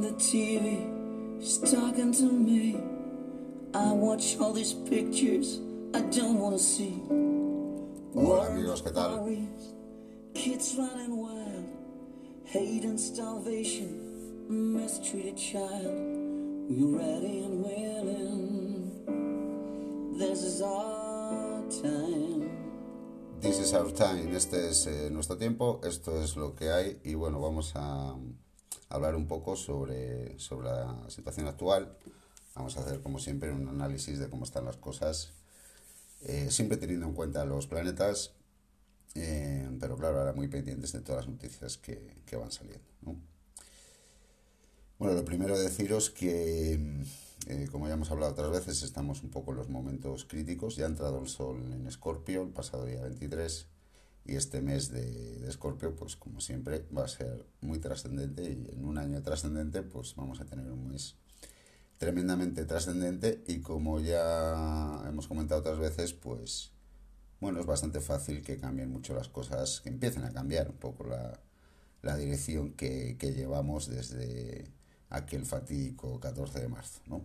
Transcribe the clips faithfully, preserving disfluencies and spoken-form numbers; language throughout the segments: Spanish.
the T V is talking to me. I watch all these pictures I don't want to see. Hola amigos, ¿qué tal? Kids running wild, hate and starvation, mistreated child. We're ready and willing. This is our time. This is our time. Este es eh, nuestro tiempo, esto es lo que hay. Y bueno, vamos a hablar un poco sobre, sobre la situación actual. Vamos a hacer, como siempre, un análisis de cómo están las cosas, eh, siempre teniendo en cuenta los planetas, eh, pero claro, ahora muy pendientes de todas las noticias que, que van saliendo, ¿no? Bueno, lo primero deciros que, eh, como ya hemos hablado otras veces, estamos un poco en los momentos críticos. Ya ha entrado el sol en Escorpio el pasado día veintitrés, y este mes de Escorpio, pues como siempre, va a ser muy trascendente, y en un año trascendente, pues vamos a tener un mes tremendamente trascendente. Y como ya hemos comentado otras veces, pues bueno, es bastante fácil que cambien mucho las cosas, que empiecen a cambiar un poco la, la dirección que, que llevamos desde aquel fatídico catorce de marzo, ¿no?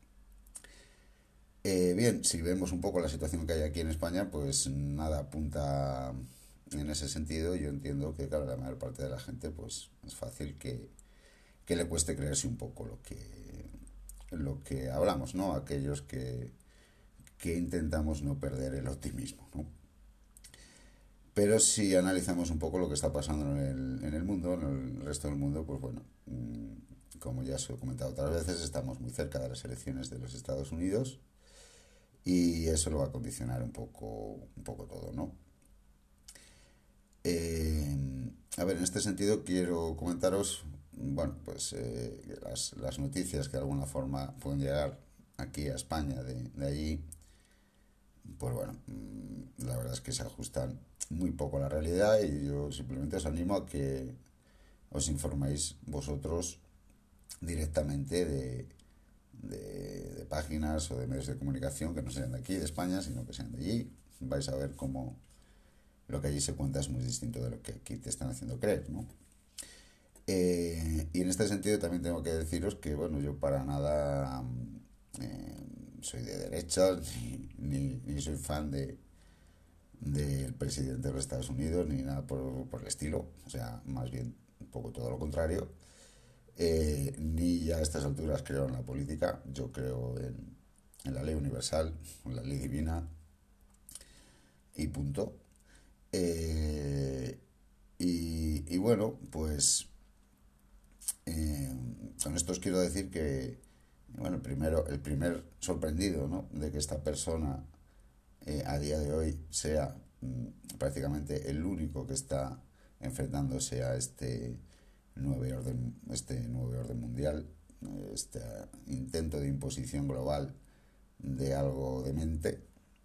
Eh, bien, si vemos un poco la situación que hay aquí en España, pues nada apunta en ese sentido. Yo entiendo que, claro, la mayor parte de la gente, pues es fácil que, que le cueste creerse un poco lo que, lo que hablamos, ¿no? Aquellos que, que intentamos no perder el optimismo, ¿no? Pero si analizamos un poco lo que está pasando en el, en el mundo, en el resto del mundo, pues bueno, como ya os he comentado otras veces, estamos muy cerca de las elecciones de los Estados Unidos, y eso lo va a condicionar un poco, un poco todo, ¿no? Eh, a ver, en este sentido quiero comentaros, bueno, pues eh, las, las noticias que de alguna forma pueden llegar aquí a España de, de allí, pues bueno, la verdad es que se ajustan muy poco a la realidad, y yo simplemente os animo a que os informéis vosotros directamente de, de, de páginas o de medios de comunicación que no sean de aquí, de España, sino que sean de allí. Vais a ver cómo lo que allí se cuenta es muy distinto de lo que aquí te están haciendo creer, ¿no? Eh, y en este sentido también tengo que deciros que, bueno, yo para nada eh, soy de derechas, ni, ni, ni soy fan de del presidente de los Estados Unidos, ni nada por, por el estilo. O sea, más bien un poco todo lo contrario. Eh, ni ya a estas alturas creo en la política. Yo creo en, en la ley universal, en la ley divina, y punto. Eh, y, y bueno, pues eh, con esto os quiero decir que, bueno, primero, el primer sorprendido, ¿no?, de que esta persona eh, a día de hoy sea mm, prácticamente el único que está enfrentándose a este nuevo orden, este nuevo orden mundial, este intento de imposición global de algo demente.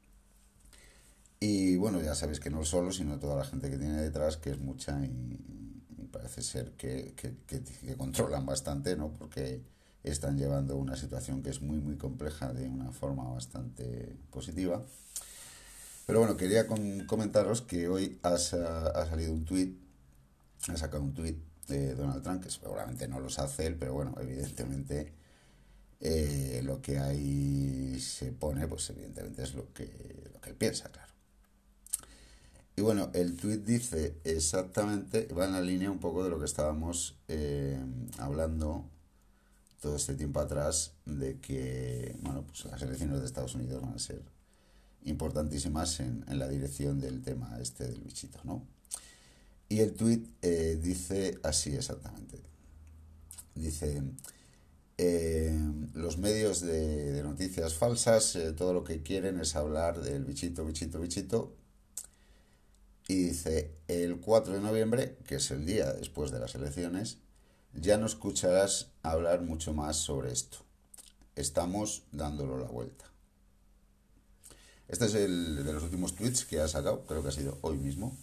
Y bueno, ya sabéis que no solo, sino toda la gente que tiene detrás, que es mucha, y, y parece ser que, que, que, que controlan bastante, ¿no? Porque están llevando una situación que es muy, muy compleja de una forma bastante positiva. Pero bueno, quería con, comentaros que hoy ha, ha salido un tuit, ha sacado un tuit de Donald Trump, que seguramente no los hace él, pero bueno, evidentemente eh, lo que ahí se pone, pues evidentemente es lo que, lo que él piensa, claro. Y bueno, el tuit dice exactamente, va en la línea un poco de lo que estábamos eh, hablando todo este tiempo atrás, de que, bueno, pues las elecciones de Estados Unidos van a ser importantísimas en, en la dirección del tema este del bichito, ¿no? Y el tuit eh, dice así exactamente. Dice, eh, los medios de, de noticias falsas, eh, todo lo que quieren es hablar del bichito, bichito, bichito. Y dice, el cuatro de noviembre, que es el día después de las elecciones, ya no escucharás hablar mucho más sobre esto. Estamos dándolo la vuelta. Este es el de los últimos tweets que ha sacado, creo que ha sido hoy mismo.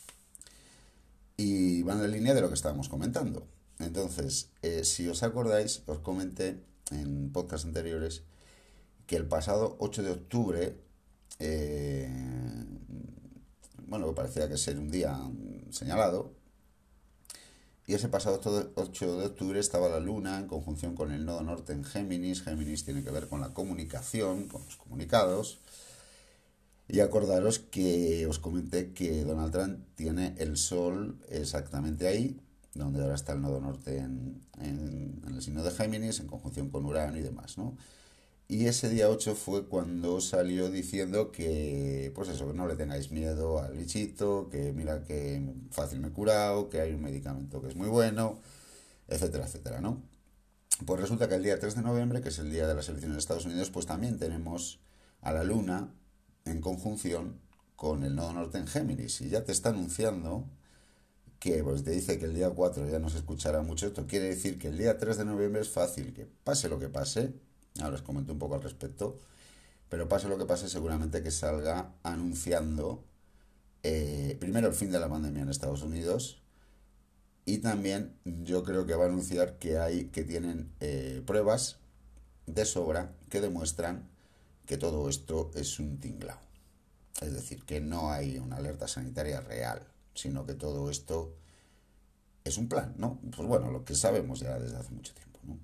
Y van en la línea de lo que estábamos comentando. Entonces, eh, si os acordáis, os comenté en podcasts anteriores que el pasado ocho de octubre, eh, bueno, parecía que ser un día señalado, Y ese pasado ocho de octubre estaba la Luna en conjunción con el nodo norte en Géminis. Géminis tiene que ver con la comunicación, con los comunicados. Y acordaros que os comenté que Donald Trump tiene el Sol exactamente ahí, donde ahora está el nodo norte en, en, en el signo de Géminis, en conjunción con Urano y demás, ¿no? Y ese día ocho fue cuando salió diciendo que, pues eso, que no le tengáis miedo al bichito, que mira que fácil me he curado, que hay un medicamento que es muy bueno, etcétera, etcétera, ¿no? Pues resulta que el día tres de noviembre, que es el día de las elecciones de Estados Unidos, pues también tenemos a la Luna en conjunción con el nodo norte en Géminis. Y ya te está anunciando que pues te dice que el día cuatro ya no se escuchará mucho. Esto quiere decir que el día tres de noviembre es fácil que pase lo que pase. Ahora os comento un poco al respecto. Pero pase lo que pase, seguramente que salga anunciando eh, primero el fin de la pandemia en Estados Unidos. Y también yo creo que va a anunciar que hay que tienen eh, pruebas de sobra que demuestran que todo esto es un tinglao. Es decir, que no hay una alerta sanitaria real, sino que todo esto es un plan, ¿no? Pues bueno, lo que sabemos ya desde hace mucho tiempo, ¿no?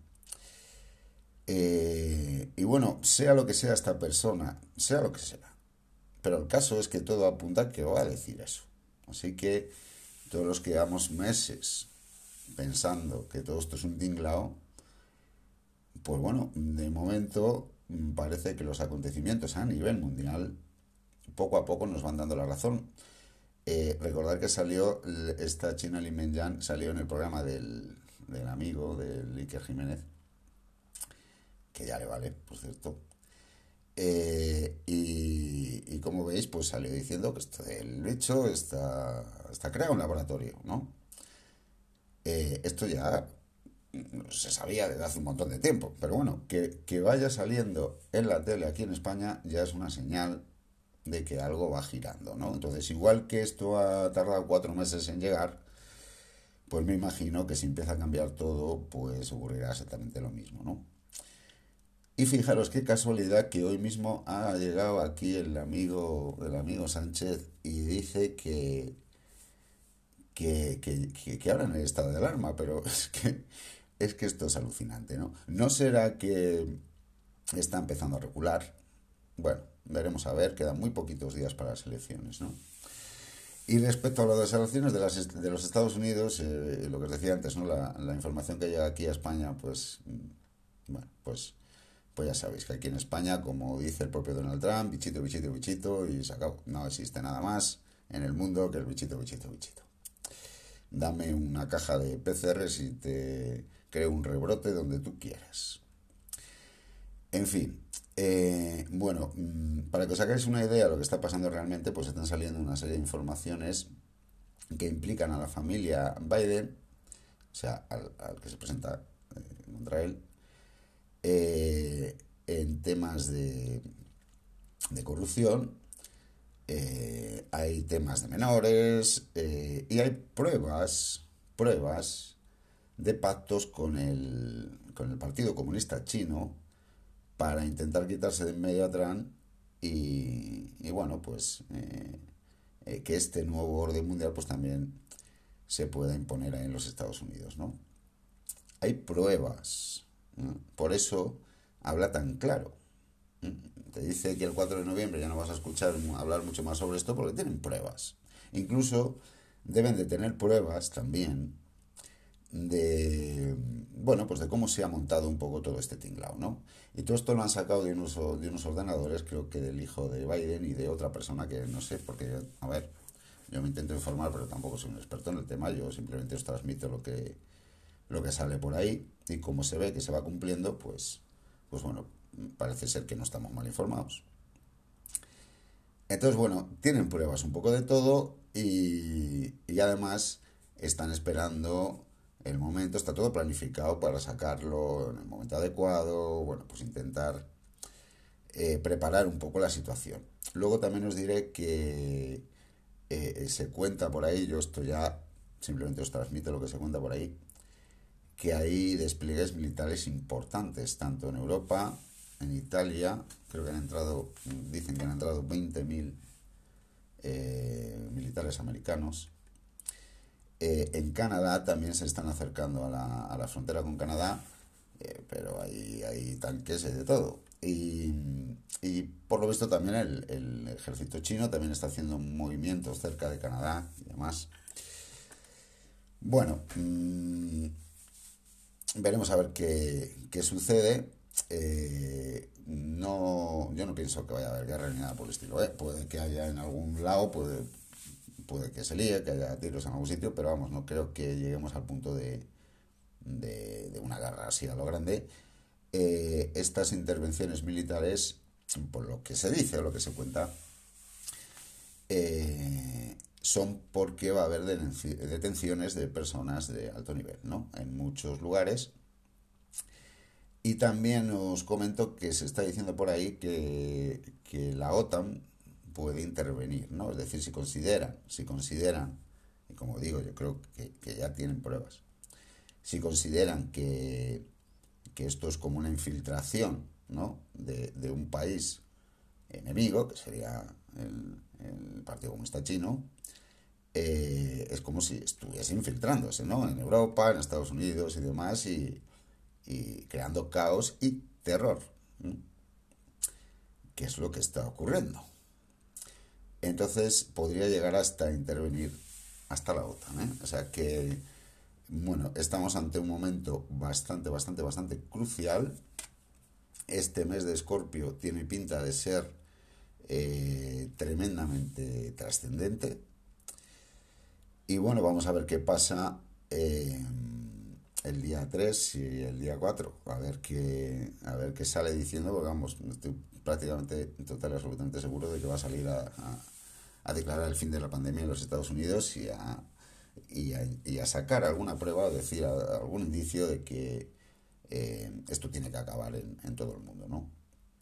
Eh, y bueno, sea lo que sea esta persona, sea lo que sea, pero el caso es que todo apunta a que va a decir eso. Así que todos los que llevamos meses pensando que todo esto es un tinglao, pues bueno, de momento parece que los acontecimientos a nivel mundial poco a poco nos van dando la razón. Eh, recordar que salió esta China Li Menyan, salió en el programa del, del amigo del Iker Jiménez, que ya le vale, por cierto. Eh, y, y como veis, pues salió diciendo que esto del bicho está, está creado en un laboratorio, ¿no? Eh, esto ya se sabía desde hace un montón de tiempo, pero bueno, que, que vaya saliendo en la tele aquí en España ya es una señal de que algo va girando, ¿no? Entonces, igual que esto ha tardado cuatro meses en llegar, pues me imagino que si empieza a cambiar todo, pues ocurrirá exactamente lo mismo, ¿no? Y fijaros qué casualidad que hoy mismo ha llegado aquí el amigo, el amigo Sánchez y dice que, que, que, que, que ahora en el estado de alarma, pero es que, es que esto es alucinante, ¿no? ¿No será que está empezando a recular? Bueno, veremos a ver, quedan muy poquitos días para las elecciones, ¿no? Y respecto a lo de las elecciones de, las, de los Estados Unidos, eh, lo que os decía antes, ¿no? La, la información que llega aquí a España, pues, bueno, pues, pues ya sabéis que aquí en España, como dice el propio Donald Trump, bichito, bichito, bichito, y se acabó. No existe nada más en el mundo que el bichito, bichito, bichito. Dame una caja de P C Rs y te creo un rebrote donde tú quieras. En fin, eh, bueno, para que os hagáis una idea de lo que está pasando realmente, pues están saliendo una serie de informaciones que implican a la familia Biden, o sea, al, al que se presenta eh, contra él, eh, en temas de, de corrupción, eh, hay temas de menores eh, y hay pruebas, pruebas de pactos con el, con el Partido Comunista Chino para intentar quitarse de en medio a Trump y, y bueno, pues eh, eh, que este nuevo orden mundial pues también se pueda imponer ahí en los Estados Unidos, ¿no? Hay pruebas, ¿no? Por eso habla tan claro. ¿No? Te dice que el cuatro de noviembre ya no vas a escuchar hablar mucho más sobre esto porque tienen pruebas. Incluso deben de tener pruebas también de, bueno, pues de cómo se ha montado un poco todo este tinglao, ¿no? Y todo esto lo han sacado de unos, de unos ordenadores, creo que del hijo de Biden y de otra persona que no sé, porque, a ver, yo me intento informar, pero tampoco soy un experto en el tema, yo simplemente os transmito lo que, lo que sale por ahí y como se ve que se va cumpliendo, pues, pues bueno, parece ser que no estamos mal informados. Entonces, bueno, tienen pruebas un poco de todo y, y además están esperando el momento, está todo planificado para sacarlo en el momento adecuado, bueno, pues intentar eh, preparar un poco la situación. Luego también os diré que eh, se cuenta por ahí, yo esto ya simplemente os transmito lo que se cuenta por ahí, que hay despliegues militares importantes, tanto en Europa, en Italia, creo que han entrado, dicen que han entrado veinte mil eh, militares americanos, Eh, en Canadá también se están acercando a la, a la frontera con Canadá, eh, pero hay, hay tanques y de todo. Y, y por lo visto también el, el ejército chino también está haciendo movimientos cerca de Canadá y demás. Bueno, mmm, veremos a ver qué, qué sucede. Eh, no, yo no pienso que vaya a haber guerra ni nada por el estilo. ¿eh? Puede que haya en algún lado, puede, puede que se líe, que haya tiros en algún sitio, pero vamos, no creo que lleguemos al punto de, de, de una guerra así a lo grande. Eh, estas intervenciones militares, por lo que se dice o lo que se cuenta, eh, son porque va a haber detenciones de personas de alto nivel, ¿no? En muchos lugares. Y también os comento que se está diciendo por ahí que, que la OTAN puede intervenir, ¿no? Es decir, si consideran, si consideran, y como digo, yo creo que, que ya tienen pruebas, si consideran que, que esto es como una infiltración, ¿no? de, de un país enemigo, que sería el, el Partido Comunista Chino, eh, es como si estuviese infiltrándose, ¿no? En Europa, en Estados Unidos y demás, y, y creando caos y terror, ¿no? Que es lo que está ocurriendo. Entonces podría llegar hasta intervenir hasta la OTAN, ¿eh? O sea que, bueno, estamos ante un momento bastante, bastante, bastante crucial. Este mes de Escorpio tiene pinta de ser eh, tremendamente trascendente. Y bueno, vamos a ver qué pasa eh, el día tres y el día cuatro. A ver qué, a ver qué sale diciendo, porque vamos, estoy prácticamente total y absolutamente seguro de que va a salir a, a, a declarar el fin de la pandemia en los Estados Unidos y a, y a, y a sacar alguna prueba o decir a, algún indicio de que eh, esto tiene que acabar en, en todo el mundo, ¿no?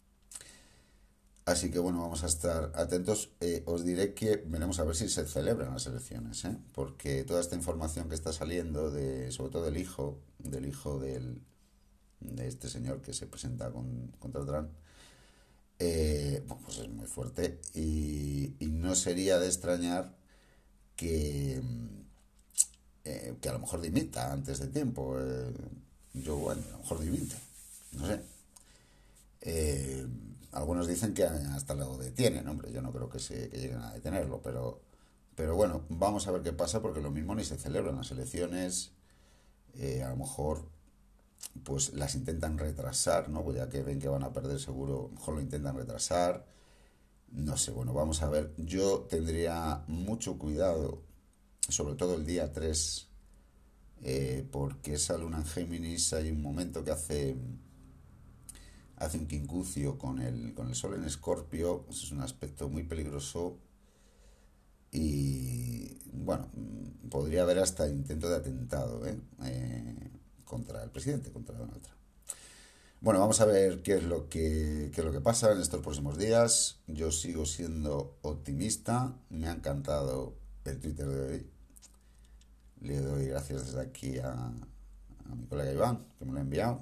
Así que bueno, vamos a estar atentos. Eh, os diré que veremos a ver si se celebran las elecciones, ¿eh? Porque toda esta información que está saliendo, de, sobre todo del hijo, del hijo del, de este señor que se presenta con, contra Trump, eh, bueno, pues es muy fuerte y, y no sería de extrañar que, eh, que a lo mejor dimita antes de tiempo. Eh, yo, bueno, a lo mejor dimite, no sé. Eh, algunos dicen que hasta lo detienen, hombre, yo no creo que, se, que lleguen a detenerlo, pero, pero bueno, vamos a ver qué pasa porque lo mismo ni se celebran las elecciones, eh, a lo mejor pues las intentan retrasar, ¿no? Pues ya que ven que van a perder seguro, a lo mejor lo intentan retrasar, no sé, bueno, vamos a ver, yo tendría mucho cuidado, sobre todo el día tres, eh, porque esa luna en Géminis hay un momento que hace hace un quincucio con el, con el sol en Escorpio, es un aspecto muy peligroso y bueno, podría haber hasta intento de atentado ¿eh? Eh, contra el presidente, contra Donald Trump. Bueno, vamos a ver qué es lo que, qué es lo que pasa en estos próximos días. Yo sigo siendo optimista, me ha encantado el Twitter de hoy. Le doy gracias desde aquí a, a mi colega Iván, que me lo ha enviado.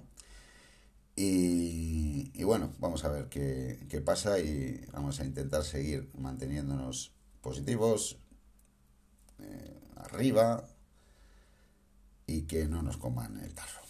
Y, y bueno, vamos a ver qué, qué pasa y vamos a intentar seguir manteniéndonos positivos, eh, arriba y que no nos coman el tarro.